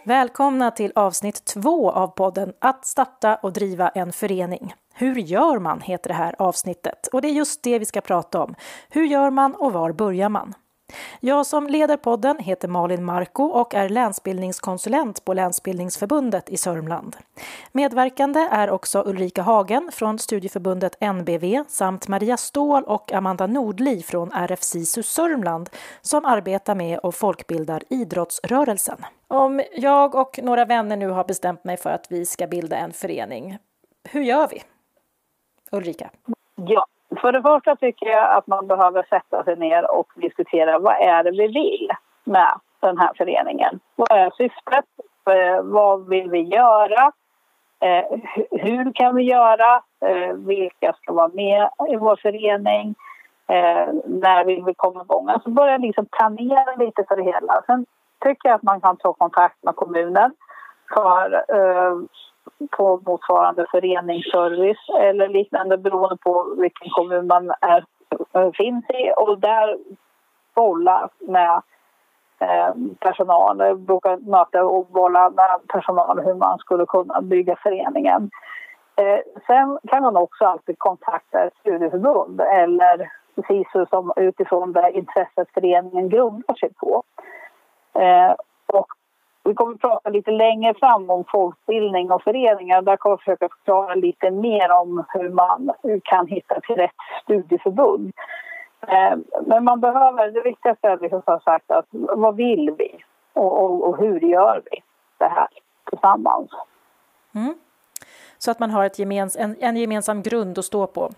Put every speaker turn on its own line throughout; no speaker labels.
Välkomna till avsnitt 2 av podden Att starta och driva en förening. Hur gör man heter det här avsnittet och det är just det vi ska prata om. Hur gör man och var börjar man? Jag som leder podden heter Malin Marko och är länsbildningskonsulent på Länsbildningsförbundet i Sörmland. Medverkande är också Ulrika Hagen från studieförbundet NBV samt Maria Ståhl och Amanda Nordli från RFSISU Sörmland som arbetar med och folkbildar idrottsrörelsen. Om jag och några vänner nu har bestämt mig för att vi ska bilda en förening, hur gör vi? Ulrika?
Ja, för det första tycker jag att man behöver sätta sig ner och diskutera vad är det vi vill med den här föreningen. Vad är syftet? Vad vill vi göra? Hur kan vi göra? Vilka ska vara med i vår förening? När vill vi komma igång? Alltså börja liksom planera lite för det hela. Sen tycker jag att man kan ta kontakt med kommunen för på motsvarande föreningsservice eller liknande beroende på vilken kommun man finns i och där bolla med personal, boka möte och bolla med personal hur man skulle kunna bygga föreningen. Sen kan man också alltid kontakta ett studieförbund eller SISU som utifrån det intresset föreningen grundar sig på. Och vi kommer att prata lite längre fram om folkbildning och föreningar. Där kommer jag försöka förklara lite mer om hur man kan hitta till rätt studieförbund. Men man behöver, det viktigaste är liksom som sagt att vad vill vi och hur gör vi det här tillsammans.
Mm. Så att man har en gemensam grund att stå på.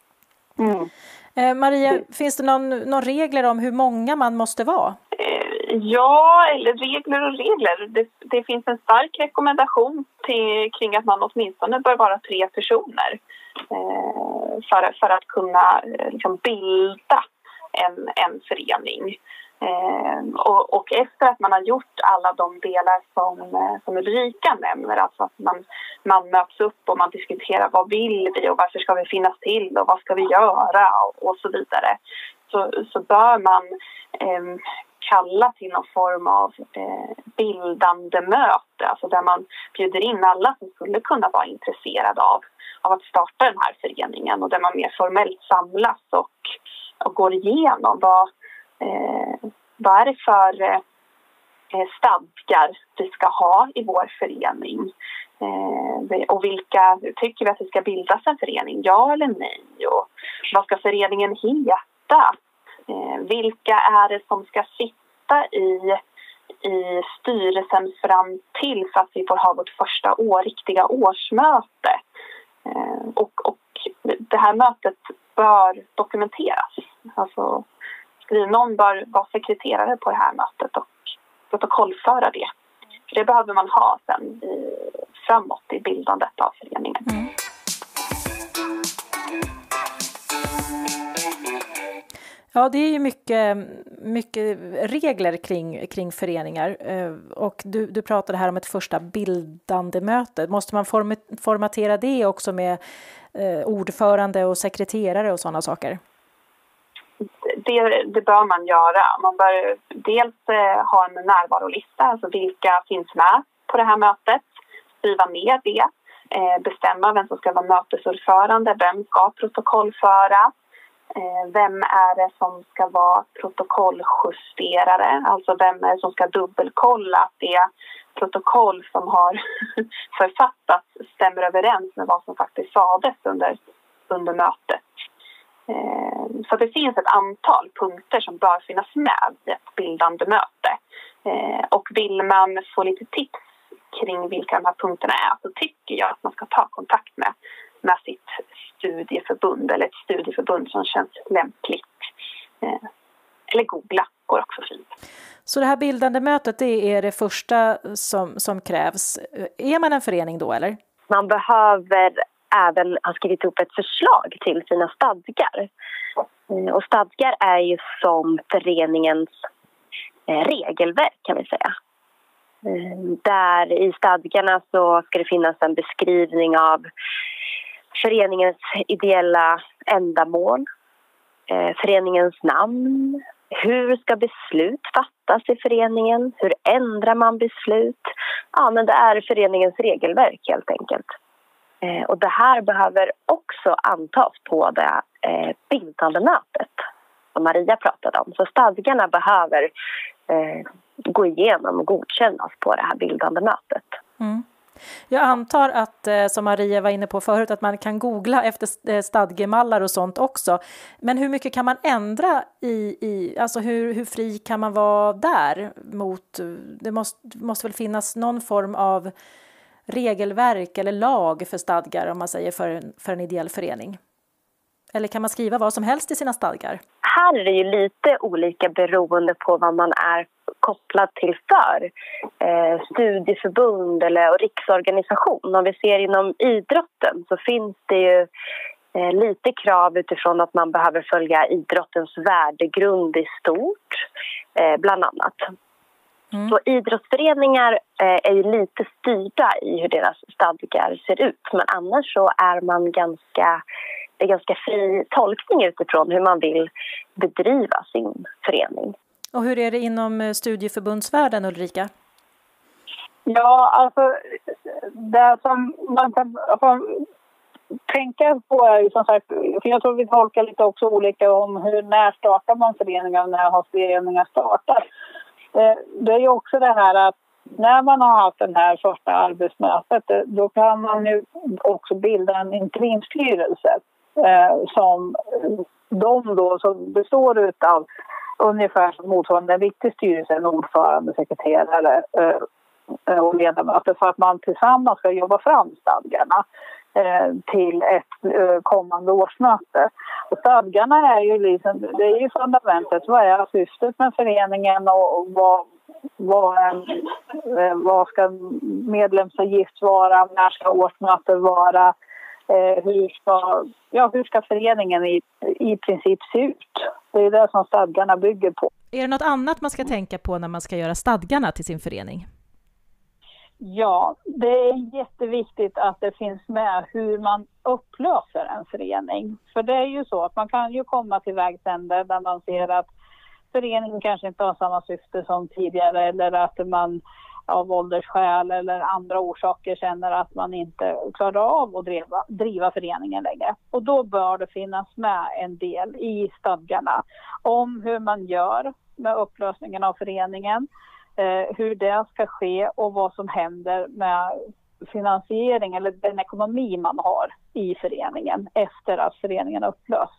Maria, finns det någon regler om hur många man måste vara?
Ja, eller regler och regler. Det finns en stark rekommendation kring att man åtminstone bör vara 3 personer för att kunna liksom bilda en förening. Och efter att man har gjort alla de delar som Ulrika nämner, alltså att man möts upp och man diskuterar vad vill vi och varför ska vi finnas till och vad ska vi göra och så vidare, så bör man kalla till någon form av bildande möte, alltså där man bjuder in alla som skulle kunna vara intresserade av att starta den här föreningen och där man mer formellt samlas och går igenom vad är det för stadgar vi ska ha i vår förening och vilka tycker vi att det ska bildas en förening, ja eller nej, och vad ska föreningen heta, vilka är det som ska sitta i styrelsen fram till så att vi får ha vårt första riktiga årsmöte, och det här mötet bör dokumenteras, alltså någon bör vara sekreterare på det här mötet och protokollföra det. För det behöver man ha sen framåt i bildandet av föreningen. Mm.
Ja, det är ju mycket regler kring föreningar. Och du pratade här om ett första bildande möte. Måste man formatera det också med ordförande och sekreterare och sådana saker?
Det bör man göra. Man bör dels ha en närvarolista, alltså vilka finns med på det här mötet, skriva ner det, bestämma vem som ska vara mötesordförande, vem ska protokollföra, vem är det som ska vara protokolljusterare, alltså vem är det som ska dubbelkolla att det protokoll som har författats stämmer överens med vad som faktiskt sades under mötet. Så det finns ett antal punkter som bör finnas med i ett bildande möte. Och vill man få lite tips kring vilka de här punkterna är, så tycker jag att man ska ta kontakt med sitt studieförbund eller ett studieförbund som känns lämpligt. Eller googla går också fint.
Så det här bildande mötet, det är det första som krävs. Är man en förening då, eller?
Man behöver även ha skrivit ihop ett förslag till sina stadgar. Och stadgar är ju som föreningens regelverk, kan vi säga. Där i stadgarna så ska det finnas en beskrivning av föreningens ideella ändamål, föreningens namn, Hur ska beslut fattas i föreningen? Hur ändrar man beslut? Ja, men det är föreningens regelverk helt enkelt. Och det här behöver också antas på det bindande mötet som Maria pratade om. Så stadgarna behöver gå igenom och godkännas på det här bildande mötet.
Mm. Jag antar att, som Maria var inne på förut, att man kan googla efter stadgemallar och sånt också. Men hur mycket kan man ändra alltså hur fri kan man vara där mot, det måste väl finnas någon form av regelverk eller lag för stadgar, om man säger för en ideell förening? Eller kan man skriva vad som helst i sina stadgar?
Här är det ju lite olika beroende på vad man är kopplad till för studieförbund och riksorganisation. Om vi ser inom idrotten så finns det ju lite krav utifrån att man behöver följa idrottens värdegrund i stort, bland annat. Mm. Så idrottsföreningar är ju lite styrda i hur deras stadgar ser ut. Men annars så är man ganska fri tolkning utifrån hur man vill bedriva sin förening.
Och hur är det inom studieförbundsvärlden, Ulrika?
Ja, alltså det som man kan tänka på är ju som sagt, för jag tror vi tolkar lite också olika om när startar man föreningar och när har föreningar startat. Det är ju också det här att när man har haft den här första arbetsmötet, då kan man ju också bilda en interimstyrelse som som består utav ungefär som motsvarande en riktig styrelse, en ordförande, sekreterare och ledamöter, för att man tillsammans ska jobba fram stadgarna till ett kommande årsmöte. Och stadgarna är ju det är ju fundamentet. Vad är syftet med föreningen och vad ska medlemsavgift vara, när ska årsmötet vara, hur ska föreningen i princip se ut? Det är det som stadgarna bygger på.
Är det något annat man ska tänka på när man ska göra stadgarna till sin förening?
Ja, det är jätteviktigt att det finns med hur man upplöser en förening. För det är ju så att man kan ju komma till vägs ände där man ser att föreningen kanske inte har samma syfte som tidigare, eller att man av åldersskäl eller andra orsaker känner att man inte klarar av att driva föreningen längre. Och då bör det finnas med en del i stadgarna om hur man gör med upplösningen av föreningen, hur det ska ske och vad som händer med finansiering eller den ekonomi man har i föreningen efter att föreningen upplösts.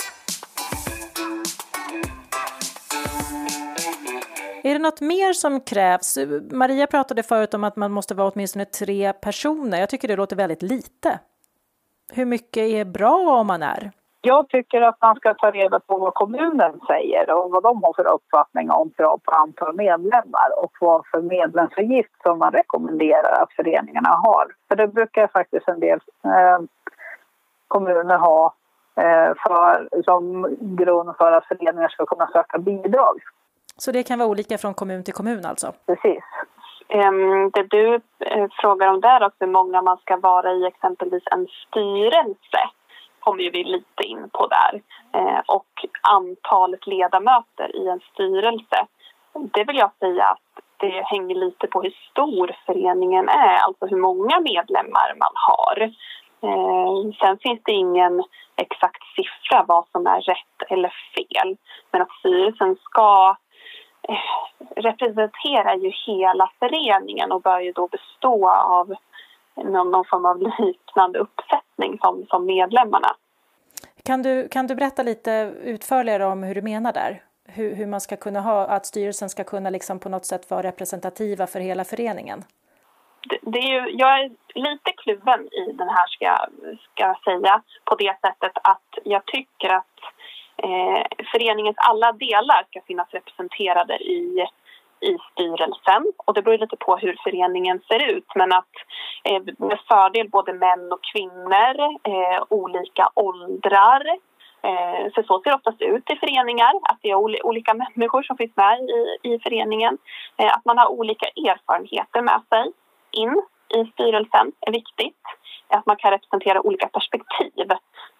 Är det något mer som krävs? Maria pratade förut om att man måste vara åtminstone 3 personer. Jag tycker det låter väldigt lite. Hur mycket är bra om man är?
Jag tycker att man ska ta reda på vad kommunen säger och vad de har för uppfattning om krav på antal medlemmar och vad för medlemsavgift som man rekommenderar att föreningarna har. För det brukar faktiskt en del kommuner ha som grund för att föreningar ska kunna söka bidrag.
Så det kan vara olika från kommun till kommun alltså?
Precis.
Det du frågar om där också, hur många man ska vara i exempelvis en styrelse, kommer ju vi lite in på där. Och antalet ledamöter i en styrelse, det vill jag säga att det hänger lite på hur stor föreningen är, alltså hur många medlemmar man har. Sen finns det ingen exakt siffra vad som är rätt eller fel, men att styrelsen ska representerar ju hela föreningen och bör ju då bestå av någon form av liknande uppsättning som medlemmarna.
Kan du berätta lite utförligare om hur du menar där? Hur man ska kunna att styrelsen ska kunna liksom på något sätt vara representativa för hela föreningen?
Det är ju, jag är lite kluven i den här ska jag säga, på det sättet att jag tycker att föreningens alla delar ska finnas representerade i styrelsen, och det beror lite på hur föreningen ser ut, men att med fördel både män och kvinnor, olika åldrar, för så ser det oftast ut i föreningar, att det är olika människor som finns med i föreningen, att man har olika erfarenheter med sig in i styrelsen är viktigt, att man kan representera olika perspektiv.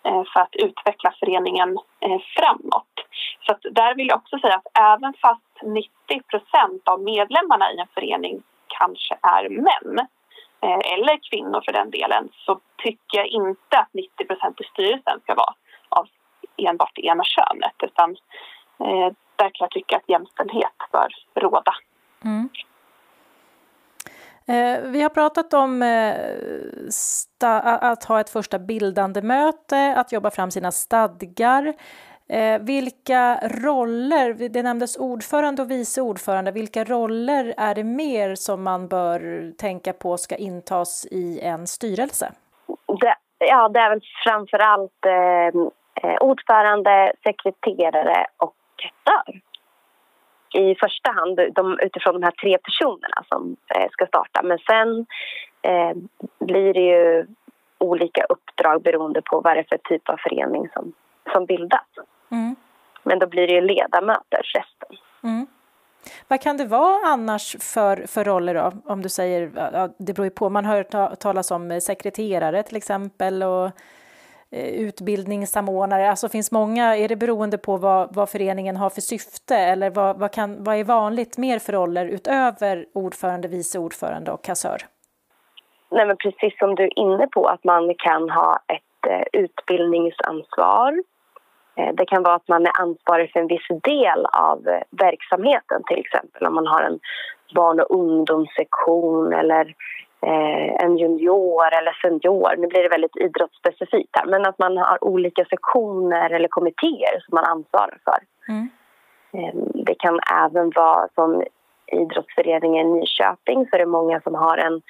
för att utveckla föreningen framåt. Så att där vill jag också säga att även fast 90% av medlemmarna i en förening kanske är män eller kvinnor för den delen, så tycker jag inte att 90% i styrelsen ska vara av enbart det ena könet, utan där kan jag tycka att jämställdhet bör råda.
Mm. Vi har pratat om att ha ett första bildande möte, att jobba fram sina stadgar. Vilka roller, det nämndes ordförande och vice ordförande, vilka roller är det mer som man bör tänka på ska intas i en styrelse?
Det är väl framförallt ordförande, sekreterare och kassör. I första hand utifrån de här 3 personerna som ska starta. Men sen blir det ju olika uppdrag beroende på vad det är för typ av förening som bildas. Mm. Men då blir det ju ledamöter resten.
Mm. Vad kan det vara annars för roller då? Om du säger, det beror ju på, man hör talas om sekreterare till exempel och utbildningssamordnare. Alltså finns många, är det beroende på vad föreningen har för syfte, eller vad är vanligt mer för roller utöver ordförande, vice ordförande och kassör?
Nej, men precis som du är inne på, att man kan ha ett utbildningsansvar. Det kan vara att man är ansvarig för en viss del av verksamheten, till exempel om man har en barn- och ungdomssektion eller en junior eller senior. Nu blir det väldigt idrottsspecifikt här, men att man har olika sektioner eller kommittéer som man ansvarar för. Mm. Det kan även vara som idrottsföreningen i Nyköping, så är det många som har en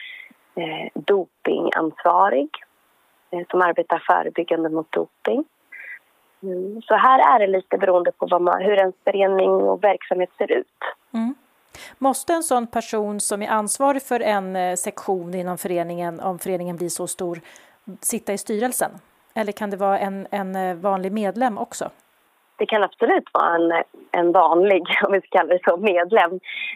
dopingansvarig som arbetar förebyggande mot doping. Så här är det lite beroende på hur en förening och verksamhet ser ut.
Mm. Måste en sån person som är ansvarig för en sektion inom föreningen, om föreningen blir så stor, sitta i styrelsen? Eller kan det vara en vanlig medlem också?
Det kan absolut vara en vanlig, om vi ska kalla det så, medlem.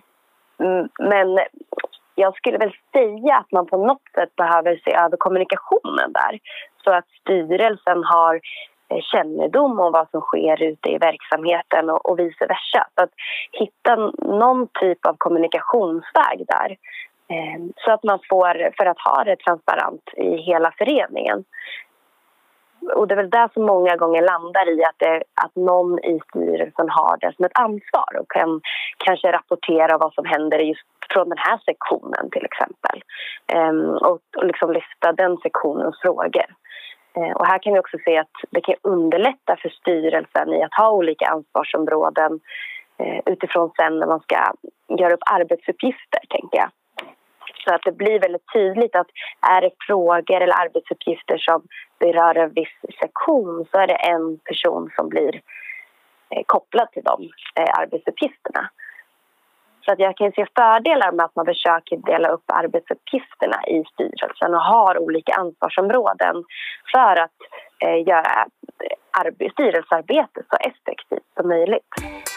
Men jag skulle väl säga att man på något sätt behöver se över kommunikationen där. Så att styrelsen har kännedom om vad som sker ute i verksamheten och vice versa. Så att hitta någon typ av kommunikationsväg där. Så att man får, för att ha det transparent i hela föreningen. Och det är väl där som många gånger landar i att någon i styrelsen har det som ett ansvar och kan kanske rapportera vad som händer just från den här sektionen till exempel. Och liksom lyfta den sektionens frågor. Och här kan vi också se att det kan underlätta för styrelsen i att ha olika ansvarsområden utifrån sen när man ska göra upp arbetsuppgifter, tänker jag. Så att det blir väldigt tydligt att är det frågor eller arbetsuppgifter som berör en viss sektion, så är det en person som blir kopplad till de arbetsuppgifterna. Så att jag kan se fördelar med att man försöker dela upp arbetsuppgifterna i styrelsen och har olika ansvarsområden för att göra styrelsearbetet så effektivt som möjligt.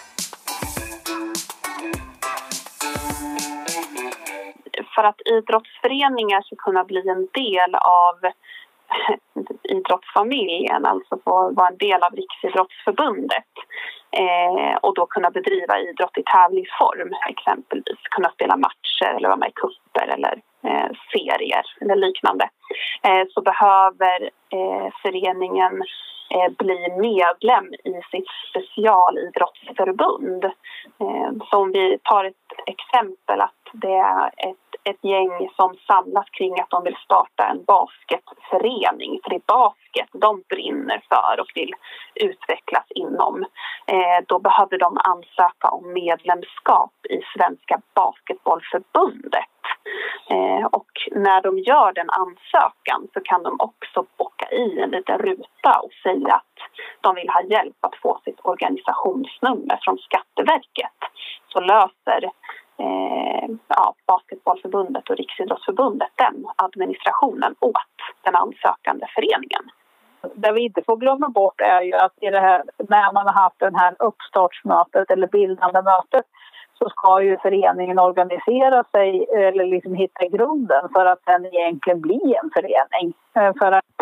För att idrottsföreningar ska kunna bli en del av idrottsfamiljen, alltså få vara en del av Riksidrottsförbundet och då kunna bedriva idrott i tävlingsform, exempelvis kunna spela matcher eller vara med i kupper eller serier eller liknande, så behöver föreningen bli medlem i sitt specialidrottsförbund. Så om vi tar ett exempel att det är ett gäng som samlas kring att de vill starta en basketförening, för det är basket de brinner för och vill utvecklas inom, då behöver de ansöka om medlemskap i Svenska Basketbollförbundet. Och när de gör den ansökan så kan de också bocka i en liten ruta och säga att de vill ha hjälp att få sitt organisationsnummer från Skatteverket. Så löser Basketbollförbundet och Riksidrottsförbundet den administrationen åt den ansökande föreningen.
Det vi inte får glömma bort är ju att i det här, när man har haft det här uppstartsmötet eller bildande mötet, så ska ju föreningen organisera sig eller liksom hitta grunden för att den egentligen blir en förening. För att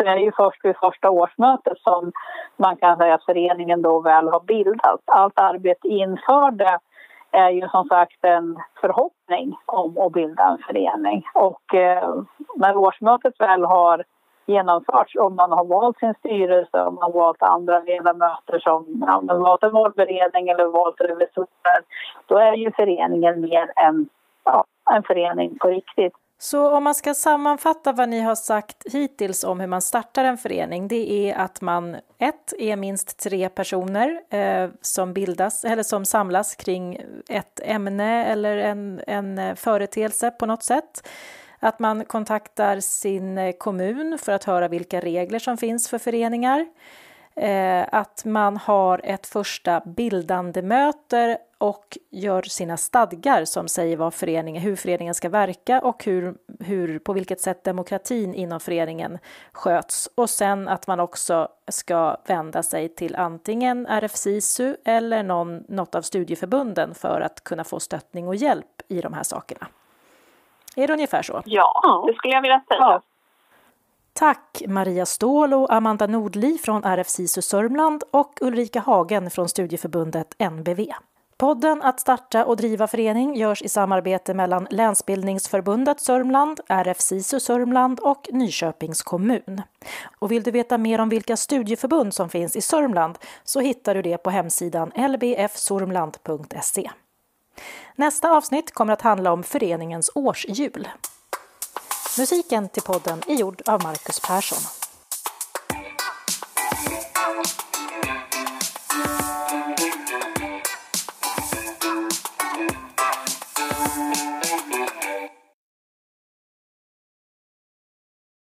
är det ju först vid första årsmötet som man kan säga att föreningen då väl har bildats. Allt arbete inför det är ju som sagt en förhoppning om att bilda en förening. Och när årsmötet väl har genomförts, om man har valt sin styrelse, om man har valt andra ledamöter som valt en valberedning eller valt revisorer, då är ju föreningen mer en förening på riktigt.
Så om man ska sammanfatta vad ni har sagt hittills om hur man startar en förening, det är att man är minst 3 personer som bildas eller som samlas kring ett ämne eller en företeelse på något sätt. Att man kontaktar sin kommun för att höra vilka regler som finns för föreningar. Att man har ett första bildande möte och gör sina stadgar som säger hur föreningen ska verka och på vilket sätt demokratin inom föreningen sköts. Och sen att man också ska vända sig till antingen RF-SISU eller något av studieförbunden för att kunna få stöttning och hjälp i de här sakerna. Är det ungefär så?
Ja, det skulle jag vilja säga. Ja.
Tack Maria Ståhl och Amanda Nordli från RF-SISU Sörmland och Ulrika Hagen från studieförbundet NBV. Podden Att starta och driva förening görs i samarbete mellan Länsbildningsförbundet Sörmland, RF-SISU Sörmland och Nyköpings kommun. Och vill du veta mer om vilka studieförbund som finns i Sörmland så hittar du det på hemsidan lbfsormland.se. Nästa avsnitt kommer att handla om föreningens årsjul. Musiken till podden är gjord av Marcus Persson.